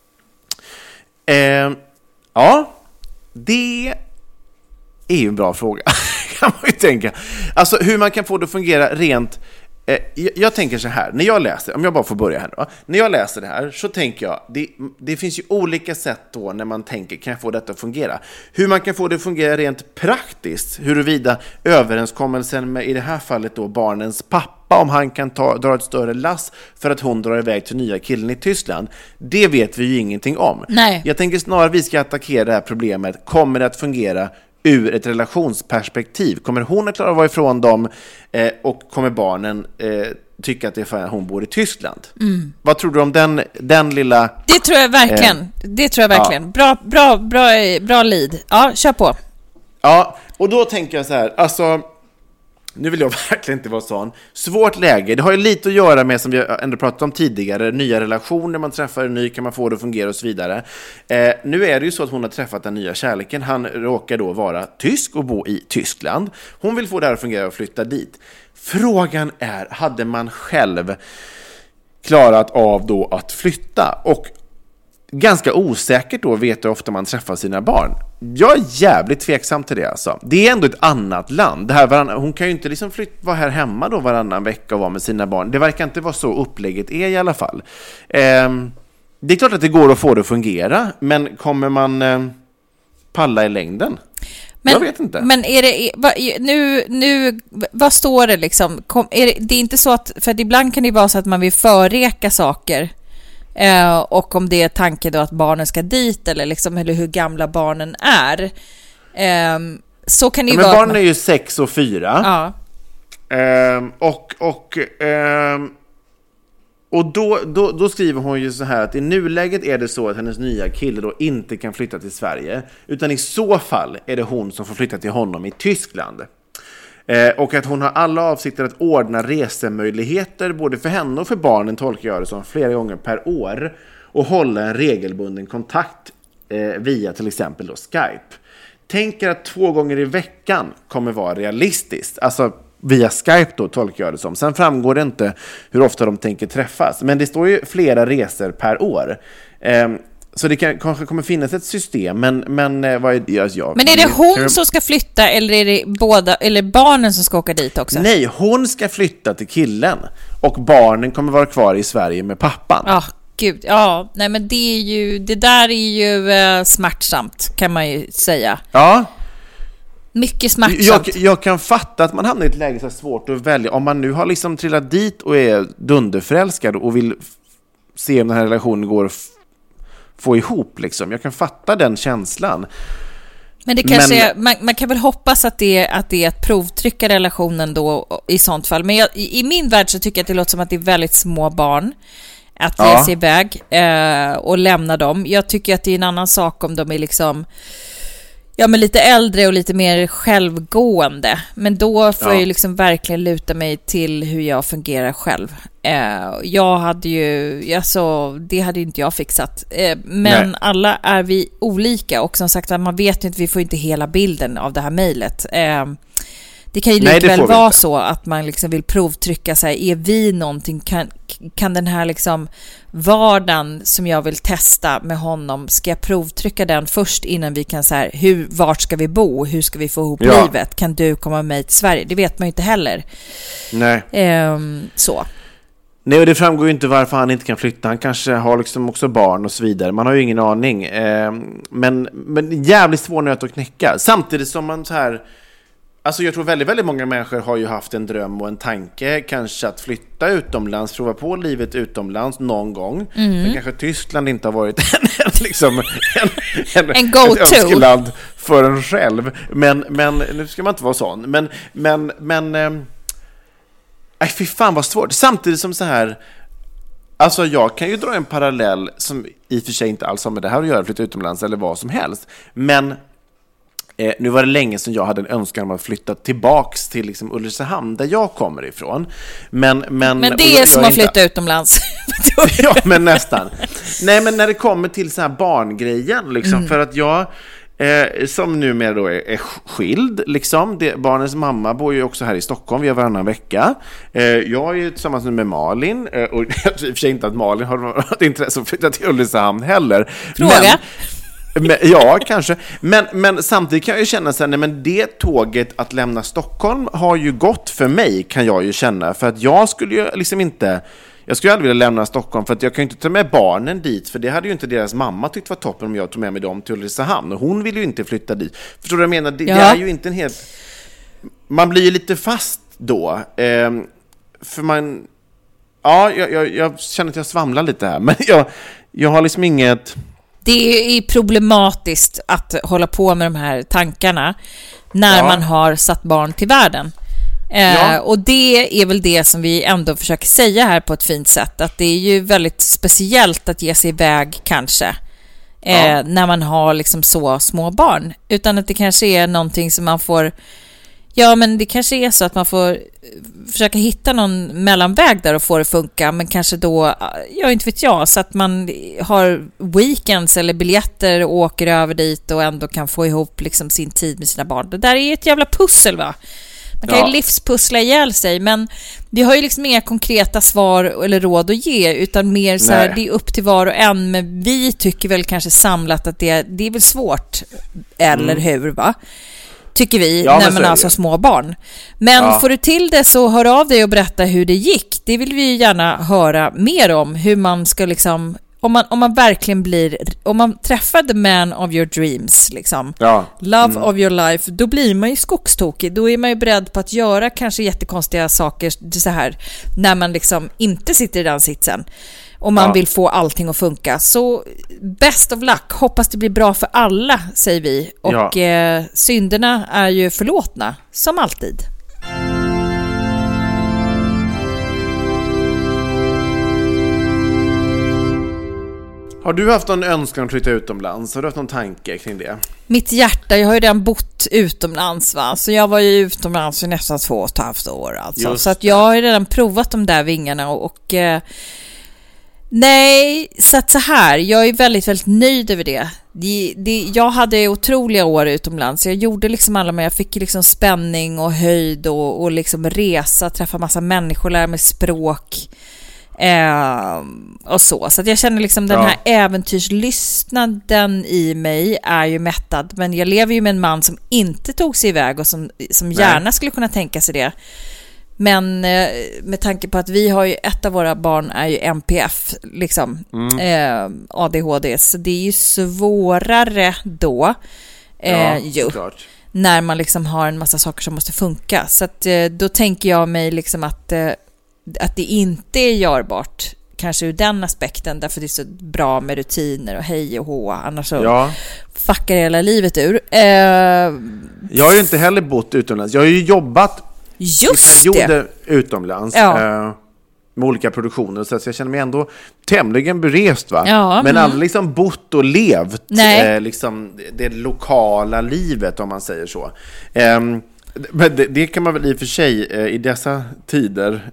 Ja, det är ju en bra fråga. Kan man ju tänka. Alltså hur man kan få det att fungera rent jag tänker så här, när jag läser, om jag bara får börja här då. När jag läser det här så tänker jag, det finns ju olika sätt då när man tänker, kan jag få detta att fungera? Hur man kan få det att fungera rent praktiskt, huruvida överenskommelsen med, i det här fallet då, barnens pappa, om han kan dra ett större lass för att hon drar iväg till nya killen i Tyskland, det vet vi ju ingenting om. Nej. Jag tänker snarare vi ska attackera det här problemet, kommer det att fungera ur ett relationsperspektiv? Kommer hon att klara att vara ifrån dem och kommer barnen tycka att det är för att hon bor i Tyskland? Vad tror du om den lilla... Det tror jag verkligen. Ja. Bra lead. Ja, kör på. Ja, och då tänker jag så här, alltså... Nu vill jag verkligen inte vara sån. Svårt läge. Det har ju lite att göra med, som vi ändå pratat om tidigare, nya relationer. Man träffar en ny, kan man få det att fungera och så vidare. Nu är det ju så att hon har träffat den nya kärleken. Han råkar då vara tysk och bo i Tyskland. Hon vill få det här att fungera och flytta dit. Frågan är, hade man själv klarat av då att flytta? Och ganska osäkert då, vet jag ofta man träffar sina barn. Jag är jävligt tveksam till det alltså. Det är ändå ett annat land. Det här hon kan ju inte liksom vara här hemma då varannan vecka och vara med sina barn. Det verkar inte vara så upplägget är i alla fall. Det är klart att det går att få det att fungera, men kommer man palla i längden? Jag vet inte. Men är det nu vad står det liksom? Det är inte så att, för ibland kan det vara så att man vill förreka saker. Och om det är tanken då att barnen ska dit eller hur gamla barnen är, så kan det ju vara. Men barnen är ju 6 och 4. Ja. Och då skriver hon ju så här att i nuläget är det så att hennes nya kille då inte kan flytta till Sverige, utan i så fall är det hon som får flytta till honom i Tyskland. Och att hon har alla avsikter att ordna resemöjligheter både för henne och för barnen, tolkar jag det som, flera gånger per år, och hålla en regelbunden kontakt via till exempel då Skype. Tänker att 2 gånger i veckan kommer vara realistiskt. Alltså via Skype då, tolkar jag det som. Sen framgår det inte hur ofta de tänker träffas. Men det står ju flera resor per år. Så det kanske kommer finnas ett system, men vad är det? Men är det hon som ska flytta eller är det båda, eller barnen som ska åka dit också? Nej, hon ska flytta till killen och barnen kommer vara kvar i Sverige med pappan. Ja, gud. Ja, nej men det där är ju smärtsamt, kan man ju säga. Ja. Mycket smärtsamt. Jag kan fatta att man hamnar i ett läge så svårt att välja. Om man nu har liksom trillat dit och är dunderförälskad och vill se om den här relationen går få ihop liksom. Jag kan fatta den känslan. Men det kanske man kan väl hoppas att det är att provtrycka relationen då i sånt fall. Men i min värld så tycker jag att det låter som att det är väldigt små barn att ge sig iväg och lämna dem. Jag tycker att det är en annan sak om de är liksom men lite äldre och lite mer självgående. Men då får jag ju liksom verkligen luta mig till hur jag fungerar själv. Jag hade ju, alltså, det hade inte jag fixat. Men alla är vi olika. Och som sagt, man vet ju inte, vi får inte hela bilden av det här mejlet. Det kan ju likväl vara så att man liksom vill provtrycka så här, är vi någonting, kan den här liksom vardagen som jag vill testa med honom, ska jag provtrycka den först innan vi kan så här, vart ska vi bo, hur ska vi få ihop livet, kan du komma med mig till Sverige? Det vet man ju inte heller. Nej. Så. Nej, och det framgår ju inte varför han inte kan flytta. Han kanske har liksom också barn och så vidare. Man har ju ingen aning. Men jävligt svår nöt att knäcka. Samtidigt som man så här, alltså jag tror väldigt, väldigt många människor har ju haft en dröm och en tanke kanske att flytta utomlands, prova på livet utomlands någon gång. Men kanske Tyskland inte har varit en go-to ett önskeland för en själv. Men nu ska man inte vara sån. Men fy fan vad svårt. Samtidigt som så här, alltså jag kan ju dra en parallell som i och för sig inte alls har med det här att göra, flytta utomlands eller vad som helst. Men nu var det länge sedan jag hade en önskan om att flytta tillbaks till liksom Ulricehamn där jag kommer ifrån. Men det är som att flytta utomlands. Ja, men nästan. Nej, men när det kommer till så här barngrejen liksom, för att jag som numera då är skild liksom. Barnens mamma bor ju också här i Stockholm, vi är varannan vecka. Jag är ju tillsammans med Malin och jag tror i och för sig inte att Malin har något intresse att flytta till Ulricehamn heller. Fråga. Ja, kanske. Men samtidigt kan jag ju känna så här, nej, men det tåget att lämna Stockholm har ju gått för mig, kan jag ju känna. För att jag skulle ju liksom inte... Jag skulle aldrig vilja lämna Stockholm, för att jag kan ju inte ta med barnen dit, för det hade ju inte deras mamma tyckt var toppen om jag tog med mig dem till Ulricehamn, och hon vill ju inte flytta dit. Förstår du vad jag menar? Det är ju inte en helt... Man blir ju lite fast då. För man... Ja, jag känner att jag svamlar lite här, men jag har liksom inget... Det är problematiskt att hålla på med de här tankarna när man har satt barn till världen. Och det är väl det som vi ändå försöker säga här på ett fint sätt, att det är ju väldigt speciellt att ge sig iväg kanske när man har liksom så små barn, utan att det kanske är någonting som man får, men det kanske är så att man får försöka hitta någon mellanväg där och få det funka, men kanske då, inte vet jag, så att man har weekends eller biljetter och åker över dit och ändå kan få ihop liksom sin tid med sina barn. Det där är ett jävla pussel, va? Man kan ju livspussla ihjäl sig, men vi har ju liksom inga konkreta svar eller råd att ge, utan mer så här, det är upp till var och en, men vi tycker väl kanske samlat att det är väl svårt, eller hur, va? Tycker vi, när man alltså har små barn. Men får du till det, så hör av dig och berätta hur det gick. Det vill vi gärna höra mer om, hur man ska liksom... Om man verkligen blir... Om man träffar the man of your dreams, liksom. Love of your life, då blir man ju skogstokig. Då är man ju beredd på att göra kanske jättekonstiga saker så här, när man liksom inte sitter i den sitsen. Och man vill få allting att funka. Så best of luck. Hoppas det blir bra för alla, säger vi. Och synderna är ju förlåtna, som alltid. Har du haft någon önskan att flytta utomlands? Har du haft någon tanke kring det? Mitt hjärta, jag har ju redan bott utomlands, va? Så jag var ju utomlands i nästan 2,5 år alltså. Så att jag har ju redan provat de där vingarna och nej, så här, jag är väldigt, väldigt nöjd över det. Jag hade otroliga år utomlands. Jag gjorde liksom jag fick liksom spänning och höjd och liksom resa, träffa massa människor, lära mig språk. Och så att jag känner liksom den här äventyrslystnaden i mig är ju mättad, men jag lever ju med en man som inte tog sig iväg och som gärna skulle kunna tänka sig det. Men med tanke på att vi har ju, ett av våra barn är ju MPF liksom, ADHD, så det är ju svårare då när man liksom har en massa saker som måste funka. Så att då tänker jag mig liksom att det inte är görbart, kanske ur den aspekten, därför det är så bra med rutiner och hej och hå, annars så fuckar hela livet ur. Jag har ju inte heller bott utomlands. Jag har ju jobbat utomlands med olika produktioner, så jag känner mig ändå tämligen berest, va? Men aldrig liksom bott och levt liksom det lokala livet, om man säger så. Men det kan man väl i och för sig i dessa tider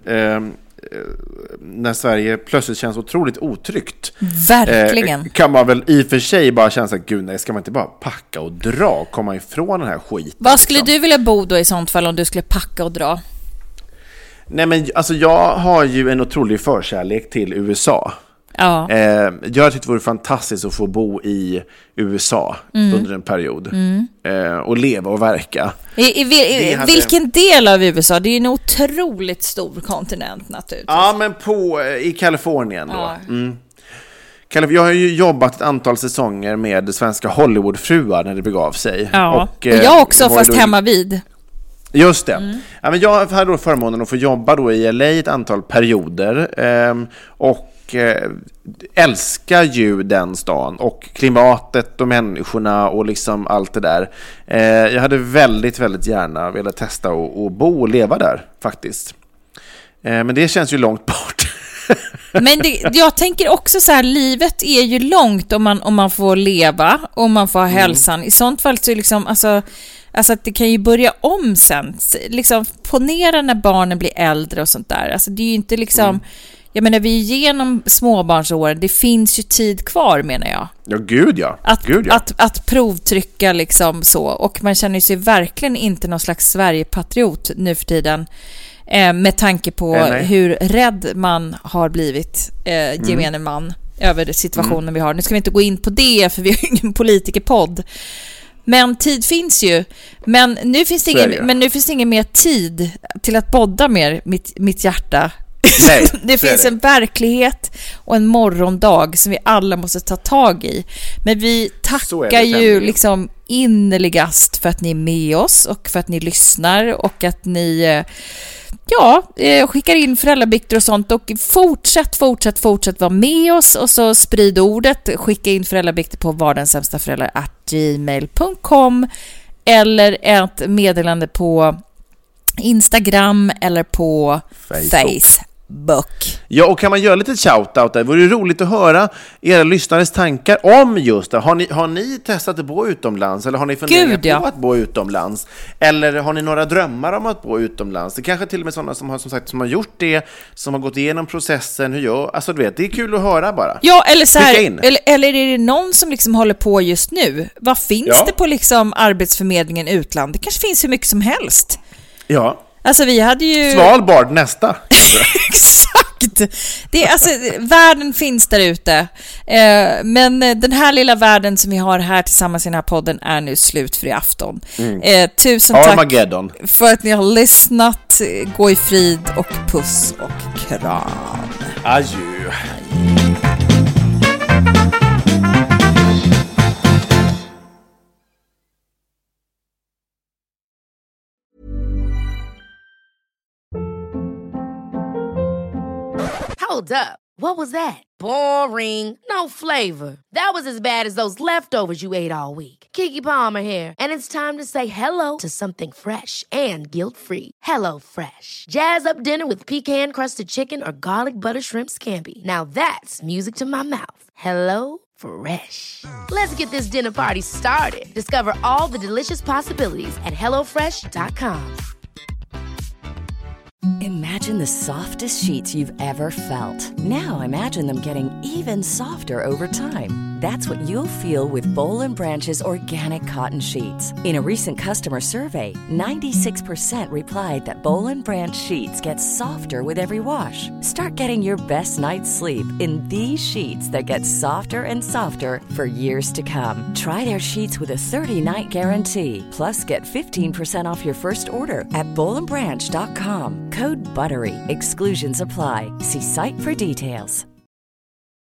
när Sverige plötsligt känns otroligt otryggt. Verkligen. Kan man väl i och för sig bara känna att gud, nej, ska man inte bara packa och dra, komma ifrån den här skiten? Vad skulle du vilja bo då i sånt fall, om du skulle packa och dra? Nej, men alltså jag har ju en otrolig förkärlek till USA. Jag tyckte det vore fantastiskt att få bo i USA under en period och leva och verka. Vilken del av USA? Det är en otroligt stor kontinent naturligtvis. Ja, men i Kalifornien då. Jag har ju jobbat ett antal säsonger med svenska Hollywoodfruar när det begav sig. Och jag också, fast hemma vid. Just det. Ja, men jag hade då förmånen att få jobba då i LA ett antal perioder och älskar ju den stan och klimatet och människorna och liksom allt det där. Jag hade väldigt, väldigt gärna velat testa och bo och leva där faktiskt. Men det känns ju långt bort. Men jag tänker också så här, livet är ju långt om man får leva och om man får ha hälsan. I sånt fall så är liksom, alltså att det kan ju börja om sen. Liksom, ponera när barnen blir äldre och sånt där. Alltså det är ju inte liksom... Jag menar, vi är igenom småbarnsåren. Det finns ju tid kvar, menar jag. Ja, gud ja. Att provtrycka liksom så. Och man känner sig verkligen inte någon slags Sverigepatriot nu för tiden. Med tanke på hur rädd man har blivit, gemene man. över situationen vi har. Nu ska vi inte gå in på det, för vi har ingen politikerpodd. Men tid finns ju. Men nu finns det ingen mer tid till att bodda mer mitt hjärta. Nej, det finns en verklighet och en morgondag som vi alla måste ta tag i. Men vi tackar ju liksom innerligast för att ni är med oss och för att ni lyssnar och att ni skickar in föräldrabikter och sånt, och fortsätt vara med oss, och så sprid ordet. Skicka in föräldrabikter på vardensämstaföräldrar@gmail.com eller ett meddelande på Instagram eller på Facebook. Ja, och kan man göra lite shoutout där? Det vore roligt att höra era lyssnares tankar om just det. Har ni testat att bo utomlands? Eller har ni funderat på att bo utomlands? Eller har ni några drömmar om att bo utomlands? Det kanske till och med sådana som har gjort det, som har gått igenom processen. Alltså du vet, det är kul att höra bara. Ja, eller så här, eller är det någon som liksom håller på just nu? Vad finns det på liksom Arbetsförmedlingen utland? Det kanske finns hur mycket som helst. Ja. Alltså vi hade ju... Svalbard nästa. Exakt. Världen finns där ute. Men den här lilla världen som vi har här tillsammans i den här podden är nu slut för i afton. Tusen Armageddon. Tack för att ni har lyssnat. Gå i frid och puss och kram. Adjö. Hold up. What was that? Boring. No flavor. That was as bad as those leftovers you ate all week. Keke Palmer here, and it's time to say hello to something fresh and guilt-free. Hello Fresh. Jazz up dinner with pecan-crusted chicken or garlic butter shrimp scampi. Now that's music to my mouth. Hello Fresh. Let's get this dinner party started. Discover all the delicious possibilities at hellofresh.com. Imagine the softest sheets you've ever felt. Now imagine them getting even softer over time. That's what you'll feel with Boll & Branch's organic cotton sheets. In a recent customer survey, 96% replied that Boll & Branch sheets get softer with every wash. Start getting your best night's sleep in these sheets that get softer and softer for years to come. Try their sheets with a 30-night guarantee. Plus, get 15% off your first order at bollandbranch.com. Code BUTTERY. Exclusions apply. See site for details.